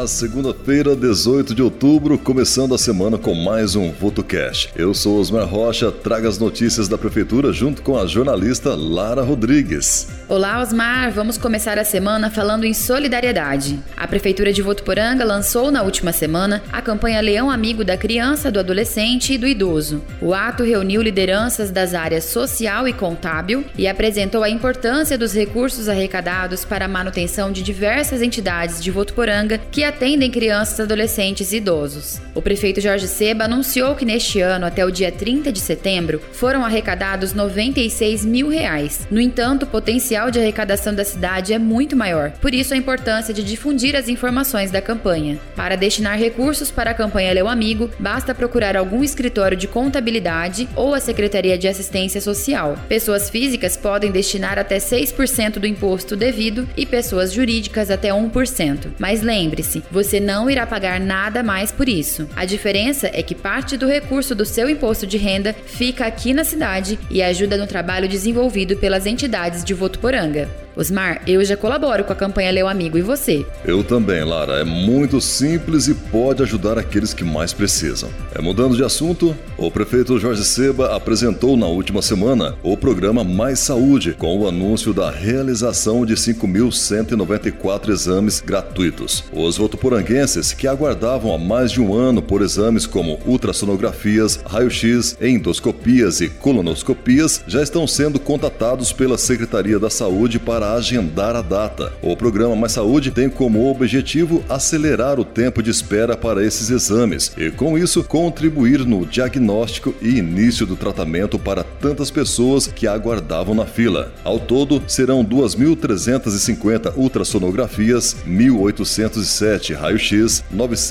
A segunda-feira, 18 de outubro, começando a semana com mais um VotoCast. Eu sou Osmar Rocha, trago as notícias da Prefeitura junto com a jornalista Lara Rodrigues. Olá, Osmar! Vamos começar a semana falando em solidariedade. A Prefeitura de Votuporanga lançou na última semana a campanha Leão Amigo da Criança, do Adolescente e do Idoso. O ato reuniu lideranças das áreas social e contábil e apresentou a importância dos recursos arrecadados para a manutenção de diversas entidades de Votuporanga que atendem crianças, adolescentes e idosos. O prefeito Jorge Seba anunciou que neste ano, até o dia 30 de setembro, foram arrecadados R$ 96 mil. No entanto, o potencial de arrecadação da cidade é muito maior, por isso a importância de difundir as informações da campanha. Para destinar recursos para a campanha Leão Amigo, basta procurar algum escritório de contabilidade ou a Secretaria de Assistência Social. Pessoas físicas podem destinar até 6% do imposto devido e pessoas jurídicas até 1%. Mas lembre-se, você não irá pagar nada mais por isso. A diferença é que parte do recurso do seu imposto de renda fica aqui na cidade e ajuda no trabalho desenvolvido pelas entidades de Votuporanga. Osmar, eu já colaboro com a campanha Leão Amigo, e você? Eu também, Lara. É muito simples e pode ajudar aqueles que mais precisam. Mudando de assunto, o prefeito Jorge Seba apresentou na última semana o programa Mais Saúde, com o anúncio da realização de 5.194 exames gratuitos. Os votuporanguenses que aguardavam há mais de um ano por exames como ultrassonografias, raio-x, endoscopias e colonoscopias já estão sendo contatados pela Secretaria da Saúde para agendar a data. O programa Mais Saúde tem como objetivo acelerar o tempo de espera para esses exames e, com isso, contribuir no diagnóstico e início do tratamento para tantas pessoas que aguardavam na fila. Ao todo, serão 2.350 ultrassonografias, 1.807 raio-x,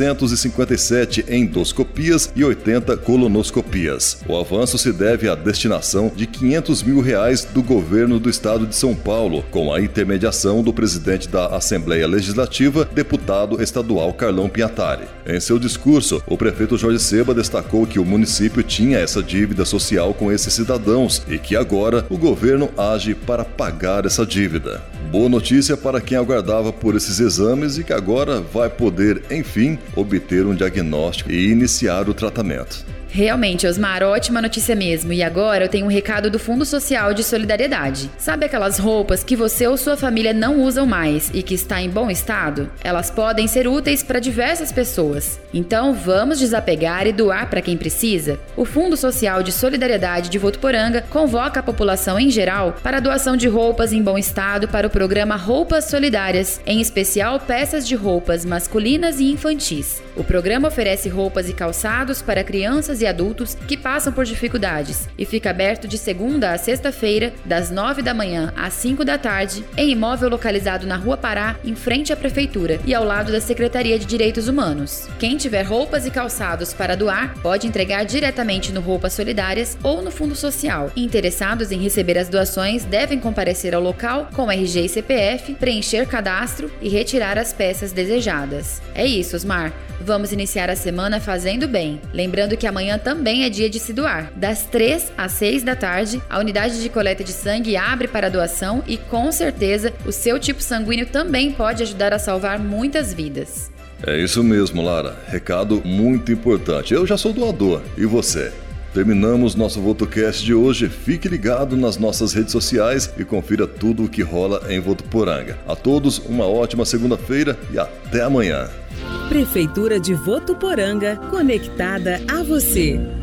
957 endoscopias e 80 colonoscopias. O avanço se deve à destinação de R$ 500 mil do governo do estado de São Paulo, com a intermediação do presidente da Assembleia Legislativa, deputado estadual Carlão Piatari. Em seu discurso, o prefeito Jorge Seba destacou que o município tinha essa dívida social com esses cidadãos e que agora o governo age para pagar essa dívida. Boa notícia para quem aguardava por esses exames e que agora vai poder, enfim, obter um diagnóstico e iniciar o tratamento. Realmente, Osmar, ótima notícia mesmo. E agora eu tenho um recado do Fundo Social de Solidariedade. Sabe aquelas roupas que você ou sua família não usam mais e que está em bom estado? Elas podem ser úteis para diversas pessoas. Então vamos desapegar e doar para quem precisa? O Fundo Social de Solidariedade de Votuporanga convoca a população em geral para a doação de roupas em bom estado para o programa Roupas Solidárias, em especial peças de roupas masculinas e infantis. O programa oferece roupas e calçados para crianças e adultos que passam por dificuldades e fica aberto de segunda a sexta-feira, das 9 da manhã às 5 da tarde, em imóvel localizado na Rua Pará, em frente à Prefeitura e ao lado da Secretaria de Direitos Humanos. Quem tiver roupas e calçados para doar, pode entregar diretamente no Roupas Solidárias ou no Fundo Social. Interessados em receber as doações devem comparecer ao local com RG e CPF, preencher cadastro e retirar as peças desejadas. É isso, Osmar. Vamos iniciar a semana fazendo bem. Lembrando que amanhã também é dia de se doar. Das 3 às 6 da tarde, a unidade de coleta de sangue abre para doação e, com certeza, o seu tipo sanguíneo também pode ajudar a salvar muitas vidas. É isso mesmo, Lara. Recado muito importante. Eu já sou doador. E você? Terminamos nosso VotoCast de hoje. Fique ligado nas nossas redes sociais e confira tudo o que rola em Votuporanga. A todos, uma ótima segunda-feira e até amanhã. Prefeitura de Votuporanga, conectada a você.